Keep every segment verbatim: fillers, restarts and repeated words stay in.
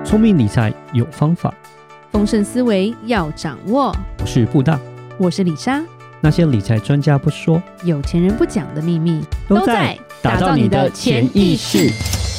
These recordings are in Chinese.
聪明理财有方法， 丰盛思维要掌握。 我是布大， 我是李莎。 那些理财专家不说， 有钱人不讲的秘密， 都在打造你的潜意识。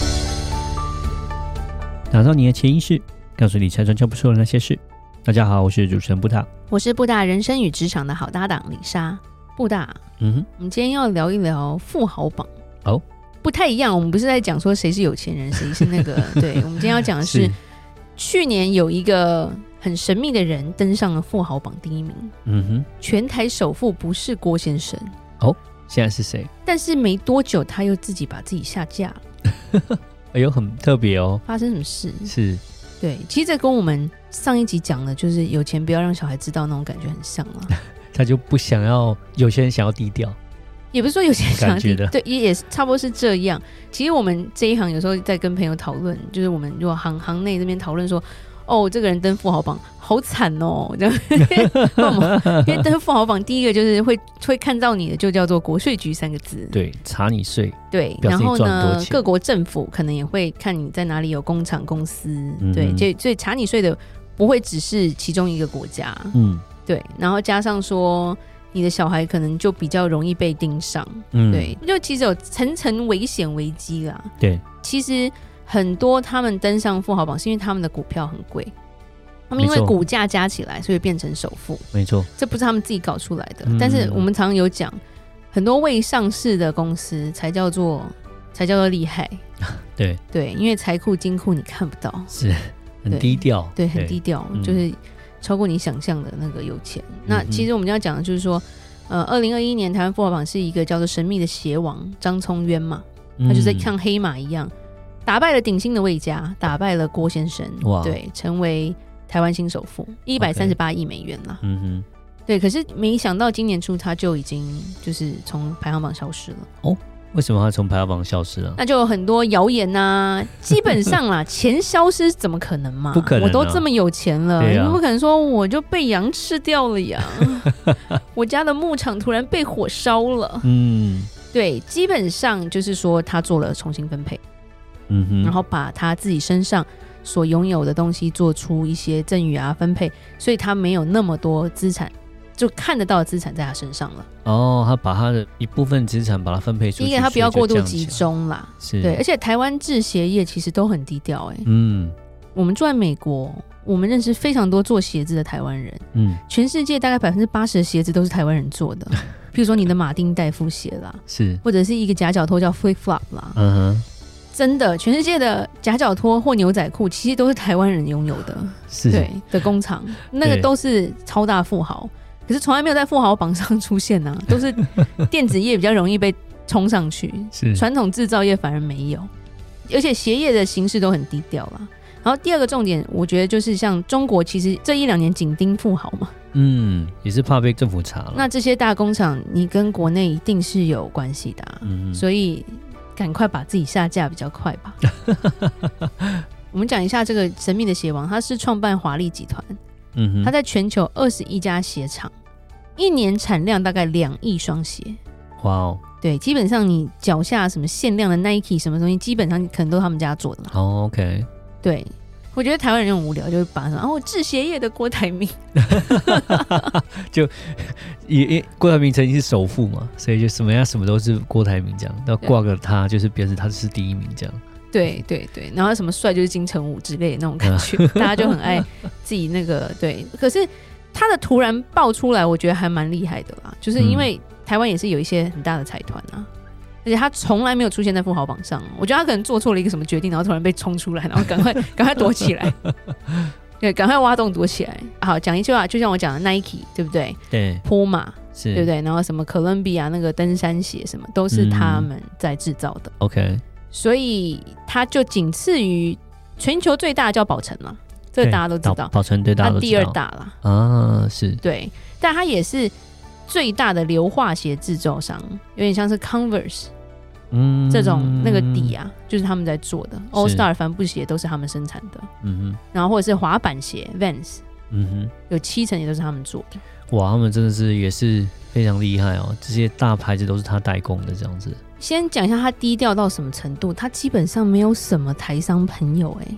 打造你的潜意识，告诉理财专家不说的那些事。大家好，我是主持人布大， 我是布大人生与职场的好搭档李莎。布大， 嗯哼， 我们今天要聊一聊富豪榜哦。 不太一样，我们不是在讲说谁是有钱人，谁是那个对，我们今天要讲的是, 是去年有一个很神秘的人登上了富豪榜第一名。嗯哼，全台首富不是郭先生哦，现在是谁？ 但是没多久他又自己把自己下架了。 哎呦，很特别哦。 发生什么事？ 是， 对，其实这跟我们上一集讲的就是有钱不要让小孩知道那种感觉很像啊。 他就不想要，有些人想要低调。 也不是说有些人想要低调，对，也也差不多是这样。其实我们这一行有时候在跟朋友讨论，就是我们如果行行内这边讨论说，哦，这个人登富豪榜好惨哦，这样，因为登富豪榜第一个就是会会看到你的就叫做国税局三个字， 对，查你税， 对，然后呢，各国政府可能也会看你在哪里有工厂公司，嗯、对，所以查你税的不会只是其中一个国家，嗯，对，然后加上说。你的小孩可能就比较容易被盯上，嗯，对，就其实有层层危险危机啦。 对， 其实很多他们登上富豪榜是因为他们的股票很贵，他们因为股价加起来，所以变成首富。 没错， 这不是他们自己搞出来的。嗯、但是我们常常有讲，很多未上市的公司才叫做才叫做厉害。 对对，因为财库金库你看不到， 是很低调， 对，很低调，就是。超过你想象的那个有钱。那其实我们要讲的就是说，呃，二零二一年台湾富豪榜是一个叫做神秘的鞋王张聪渊嘛，他就是像黑马一样，打败了顶薪的魏家，打败了郭先生，对，成为台湾新首富，一百三十八亿美元啦。嗯哼，对。可是没想到今年初他就已经就是从排行榜消失了。哦。 为什么他从排行榜消失了？ 那就有很多谣言啊，基本上啦，钱消失怎么可能嘛？ 不可能、啊， 我都这么有钱了，你、啊、不可能说我就被羊吃掉了呀。我家的牧场突然被火烧了。嗯，对，基本上就是说他做了重新分配，嗯哼，然后把他自己身上所拥有的东西做出一些赠与啊分配，所以他没有那么多资产。就看得到的资产在他身上了。哦， 他把他的一部分资产把它分配出去。 第一个，他不要过度集中啦。是，对，而且台湾制鞋业其实都很低调哎、欸。嗯，我们住在美国，我们认识非常多做鞋子的台湾人。嗯，全世界大概百分之八十的鞋子都是台湾人做的。譬如说你的马丁戴夫鞋啦，是，或者是一个夹脚拖叫 flip flop 啦。嗯哼。真的，全世界的夹脚拖或牛仔裤其实都是台湾人拥有的，是，对的工厂，那个都是超大富豪。可是从来没有在富豪榜上出现啊，都是电子业比较容易被冲上去，传统制造业反而没有，而且鞋业的形式都很低调啦。然后第二个重点，我觉得就是像中国，其实这一两年紧盯富豪嘛，嗯， 也是怕被政府查了。 那这些大工厂，你跟国内一定是有关系的、啊，嗯，所以赶快把自己下架比较快吧。我们讲一下这个神秘的鞋王，他是创办华丽集团。嗯、他在全球二十一家鞋厂，一年产量大概两亿双鞋。哇哦！对，基本上你脚下什么限量的 Nike 什么东西，基本上可能都是他们家做的啦。 哦 ，OK。 对，我觉得台湾人很无聊，就是把什么哦制鞋业的郭台铭， 就也郭台铭曾经是首富嘛，所以就什么样什么都是郭台铭这样，要挂个他就是表示他是第一名这样。 对对对，然后什么帅就是金城武之类的那种感觉，大家就很爱自己那个对。可是他的突然爆出来，我觉得还蛮厉害的啦，就是因为台湾也是有一些很大的财团啊，而且他从来没有出现在富豪榜上。我觉得他可能做错了一个什么决定，然后突然被冲出来，然后赶快赶快躲起来，对，赶快挖洞躲起来。好，讲一句话，就像我讲的 Nike， 对不对？对 ，Puma， 对不对？然后什么哥伦比亚那个登山鞋什么，都是他们在制造的。嗯、OK。所以它就仅次于全球最大的叫宝成嘛，这个大家都知道。 宝成对大家都知道。 它第二大啦。啊，是。对，但它也是最大的硫化鞋制造商，有点像是 Converse， 嗯，这种那个底啊，就是他们在做的。All Star 帆布鞋都是他们生产的。嗯哼。然后或者是滑板鞋 Vans， 嗯哼，有七成也都是他们做的。 哇，他们真的是也是非常厉害哦，这些大牌子都是他代工的这样子。 先讲一下他低调到什么程度，他基本上没有什么台商朋友哎、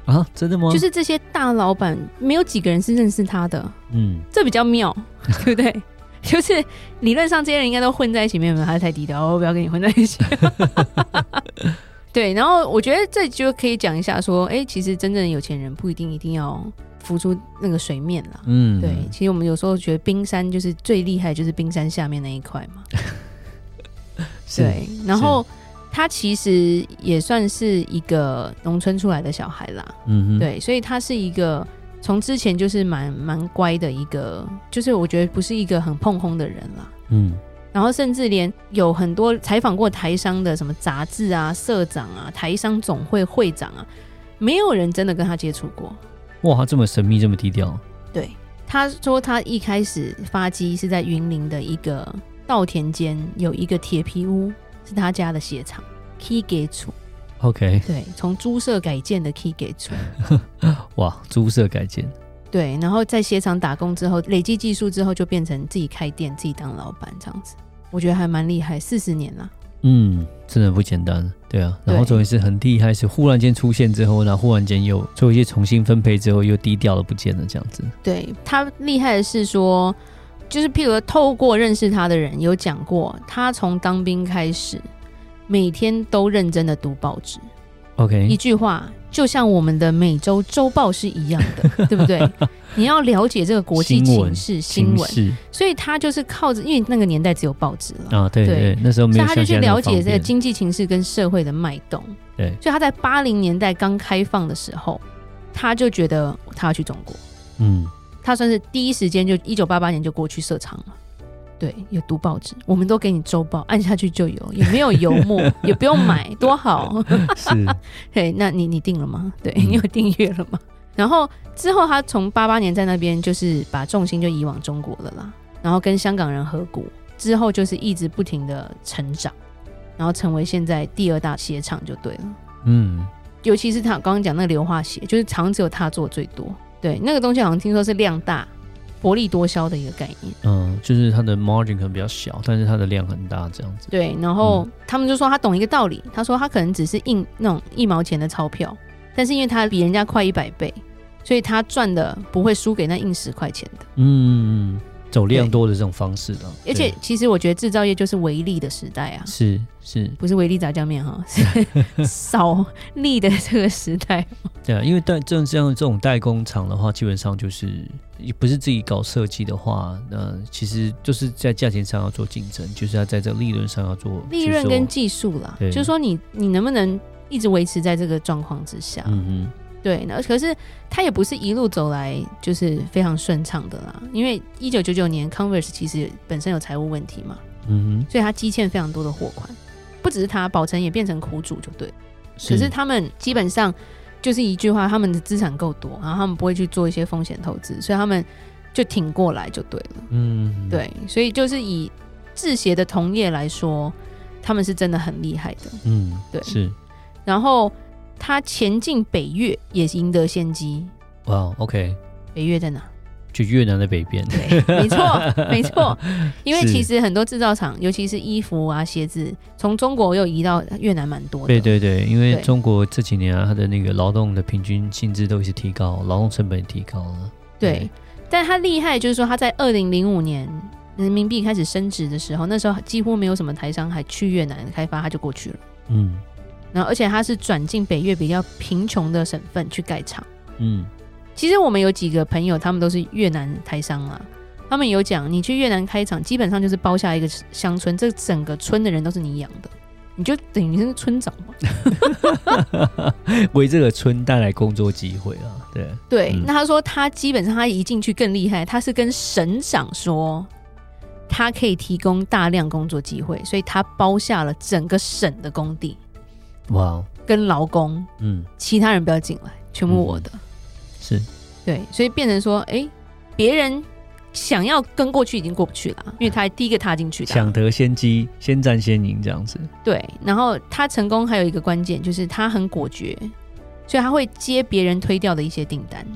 啊，真的吗？ 就是这些大老板没有几个人是认识他的，嗯，这比较妙，对不对？就是理论上这些人应该都混在一起，没有没有，他太低调，我不要跟你混在一起。对，然后我觉得这就可以讲一下说，哎，其实真正的有钱人不一定一定要浮出那个水面啦。嗯，对，其实我们有时候觉得冰山就是最厉害，就是冰山下面那一块嘛。对，然后他其实也算是一个农村出来的小孩啦。嗯，对，所以他是一个。从之前就是蛮蛮乖的一个，就是我觉得不是一个很碰轰的人啦。嗯，然后甚至连有很多采访过台商的什么杂志啊、社长啊、台商总会会长啊，没有人真的跟他接触过。 哇，他这么神秘，这么低调。 对，他说他一开始发迹是在云林的一个稻田间，有一个铁皮屋，是他家的鞋厂 ，Key 给处。 OK， 对，从猪舍改建的 Key 给出， 哇，猪舍改建， 对，然后在鞋厂打工之后，累积技术之后，就变成自己开店，自己当老板这样子，我觉得还蛮厉害，四十年啦， 嗯，真的不简单，对啊，然后重点是很厉害，是忽然间出现之后，然后忽然间又做一些重新分配之后，又低调的不见了这样子。 对，他厉害的是说，就是譬如透过认识他的人有讲过，他从当兵开始。每天都认真的读报纸 ，OK， 一句话就像我们的每周周报是一样的，对不对？你要了解这个国际情势新闻，所以他就是靠着，因为那个年代只有报纸了啊，对 对, 对，那时候没有， 所以他就去了解这个经济情势跟社会的脉动。 对， 所以他在八零年代刚开放的时候，他就觉得他要去中国，嗯，他算是第一时间就一九八八年就过去设厂了。对，有读报纸，我们都给你周报，按下去就有，也没有油墨，也不用买，多好。 是， 对，那你你订了吗？对，你有订阅了吗？然后之后他从八八年在那边就是把重心就移往中国了啦，然后跟香港人合股，之后就是一直不停的成长，然后成为现在第二大鞋厂就对了。嗯，尤其是他刚刚讲那个硫化鞋，就是常只有他做最多。对，那个东西好像听说是量大。薄利多销的一个概念， 嗯，就是它的 margin 可能比较小，但是它的量很大，这样子。 对，然后、嗯、他们就说他懂一个道理，他说他可能只是印那种一毛钱的钞票，但是因为他比人家快一百倍，所以他赚的不会输给那印十块钱的。嗯， 走量多的这种方式的。 而且其实我觉得制造业就是微利的时代啊， 是是， 不是微利炸酱面哈，是少利的这个时代。 对啊，因为代这样这种代工厂的话，基本上就是不是自己搞设计的话，那其实就是在价钱上要做竞争，就是要在这利润上要做利润跟技术啦。就是说你你能不能一直维持在这个状况之下？嗯哼，对。可是它也不是一路走来就是非常顺畅的啦，因为一九九九年 Converse 其实本身有财务问题嘛，嗯哼，所以它积欠非常多的货款，不只是它，宝成也变成苦主就对了。可是他们基本上。就是一句话，他们的资产够多，然后他们不会去做一些风险投资，所以他们就挺过来就对了。嗯，对，所以就是以制鞋的同业来说，他们是真的很厉害的。嗯，对， 是。 然后他前进北越也赢得先机。 哇、wow, ，OK。 北越在哪？ 就越南的北边。 对，没错，没错。因为其实很多制造厂，尤其是衣服啊、鞋子，从中国又移到越南蛮多的。 对对对，因为中国这几年啊，它的那个劳动的平均薪资都一直提高，劳动成本也提高了。 对，对但他厉害就是说，他在二零零五年人民币开始升值的时候，那时候几乎没有什么台商还去越南开发，他就过去了。嗯，然后而且他是转进北越比较贫穷的省份去盖厂。嗯。其实我们有几个朋友，他们都是越南台商啦。他们有讲，你去越南开厂，基本上就是包下一个乡村，这整个村的人都是你养的，你就等于是村长嘛。 为这个村带来工作机会啊，对对、嗯。那他说他基本上他一进去更厉害，他是跟省长说，他可以提供大量工作机会，所以他包下了整个省的工地。 哇， 跟劳工，嗯，其他人不要进来，全部我的。嗯是对，所以变成说，哎，别人想要跟过去已经过不去了，因为他第一个踏进去的， 抢得先机，先占先赢这样子。 对，然后他成功还有一个关键就是他很果决，所以他会接别人推掉的一些订单。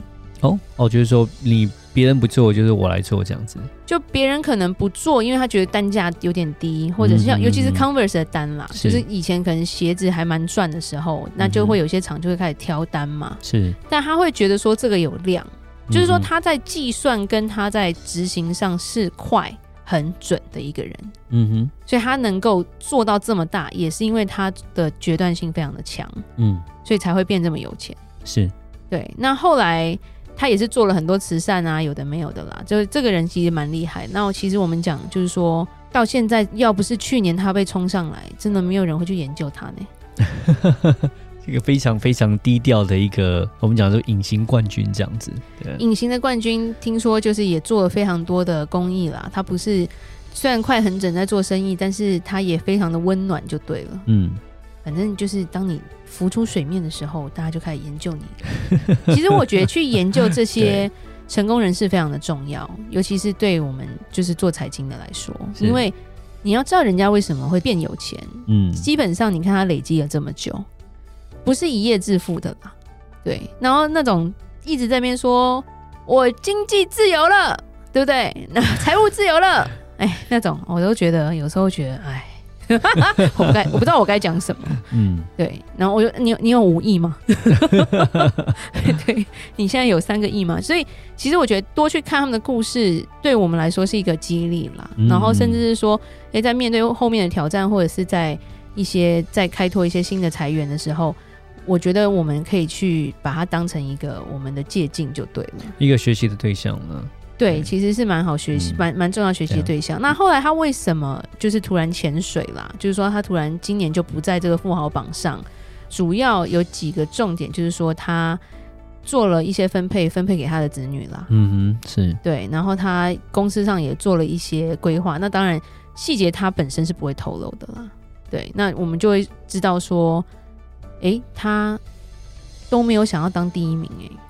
哦哦，就是说你别人不做，就是我来做这样子。 就别人可能不做，因为他觉得单价有点低，或者是像、嗯、尤其是 Converse 的单啦，是就是以前可能鞋子还蛮赚的时候，那就会有些厂就会开始挑单嘛。 是， 但他会觉得说这个有量，就是说他在计算跟他在执行上是快很准的一个人。嗯哼，所以他能够做到这么大，也是因为他的决断性非常的强。嗯，所以才会变这么有钱。 是， 对。那后来他也是做了很多慈善啊，有的没有的啦，就这个人其实蛮厉害。那其实我们讲就是说到现在，要不是去年他被冲上来，真的没有人会去研究他呢。 这个非常非常低调的一个，我们讲说隐形冠军这样子。对， 隐形的冠军听说就是也做了非常多的公益啦，他不是虽然快很整在做生意，但是他也非常的温暖就对了。嗯，反正就是当你浮出水面的时候，大家就开始研究你。其实我觉得去研究这些成功人士非常的重要，尤其是对我们就是做财经的来说，因为你要知道人家为什么会变有钱。嗯，基本上你看他累积了这么久，不是一夜致富的啦。对，然后那种一直在那边说我经济自由了，对不对？那财务自由了，哎，那种我都觉得有时候觉得哎。我, 不该我不知道我该讲什么。嗯，对。然后我就你你有五亿吗？对，你现在有三个亿吗？所以其实我觉得多去看他们的故事，对我们来说是一个激励啦。嗯、然后甚至是说，哎，在面对后面的挑战，或者是在一些在开拓一些新的财源的时候，我觉得我们可以去把它当成一个我们的借鉴就对了， 一个学习的对象了。 对，其实是蛮好学习，蛮、嗯、蛮重要学习的对象。那后来他为什么就是突然潜水啦？就是说他突然今年就不在这个富豪榜上，主要有几个重点，就是说他做了一些分配，分配给他的子女啦。 嗯哼，是对。然后他公司上也做了一些规划，那当然细节他本身是不会透露的啦。对，那我们就会知道说，哎，他都没有想要当第一名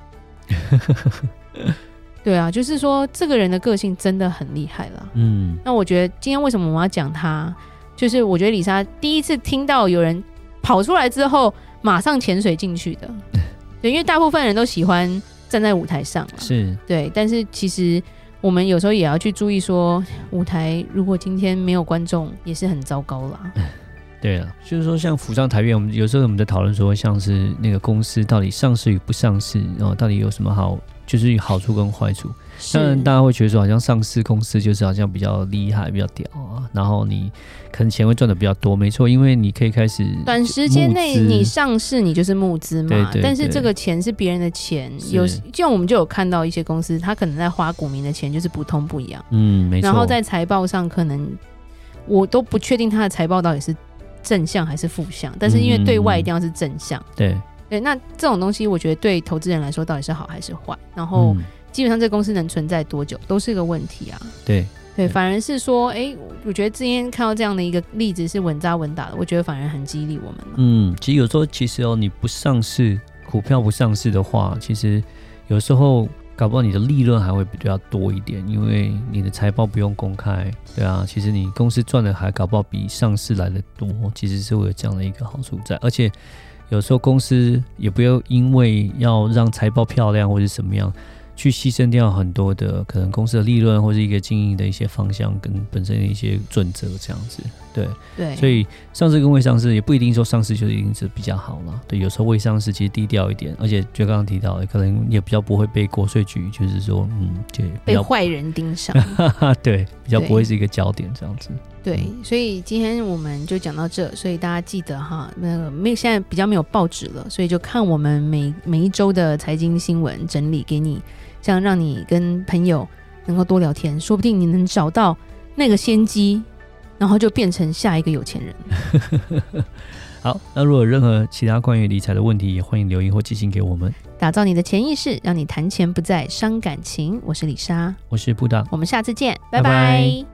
哎。对啊，就是说这个人的个性真的很厉害啦。嗯，那我觉得今天为什么我们要讲他，就是我觉得李莎第一次听到有人跑出来之后马上潜水进去的。对，因为大部分人都喜欢站在舞台上啦， 是对， 但是其实我们有时候也要去注意说，舞台如果今天没有观众也是很糟糕啦。 对啊，就是说像府上台院，我们有时候我们在讨论说，像是那个公司到底上市与不上市，然后到底有什么好，就是好处跟坏处。当然大家会觉得说好像上市公司就是好像比较厉害比较屌啊，然后你可能钱会赚的比较多，没错，因为你可以开始短时间内你上市你就是募资嘛，对对对，但是这个钱是别人的钱，有就我们就有看到一些公司他可能在花股民的钱就是不痛不痒，嗯，没错，然后在财报上可能我都不确定他的财报到底是正向还是负向，但是因为对外一定要是正向，嗯、对对，那这种东西我觉得对投资人来说到底是好还是坏，然后、嗯、基本上这个公司能存在多久都是一个问题啊。对对，反而是说哎，我觉得今天看到这样的一个例子是稳扎稳打的，我觉得反而很激励我们。 嗯，其实有时候其实哦，你不上市股票不上市的话，其实有时候搞不好你的利润还会比较多一点，因为你的财报不用公开，对啊，其实你公司赚的还搞不好比上市来的多，其实是会有这样的一个好处在。而且有时候公司也不要因为要让财报漂亮或是什么样去牺牲掉很多的可能公司的利润或是一个经营的一些方向跟本身的一些准则这样子。对对，所以上市跟未上市也不一定说上市就一定是比较好啦。对，有时候未上市其实低调一点，而且就刚刚提到可能也比较不会被国税局就是说嗯就被坏人盯上对，比较不会是一个焦点这样子。 对，所以今天我们就讲到这，所以大家记得哈，那个没现在比较没有报纸了，所以就看我们每每一周的财经新闻整理给你，这样让你跟朋友能够多聊天，说不定你能找到那个先机，然后就变成下一个有钱人。 好，那如果有任何其他关于理财的问题，也欢迎留言或寄信给我们。 打造你的潜意识，让你谈钱不再伤感情。我是李莎， 我是布达， 我们下次见，拜拜。拜拜。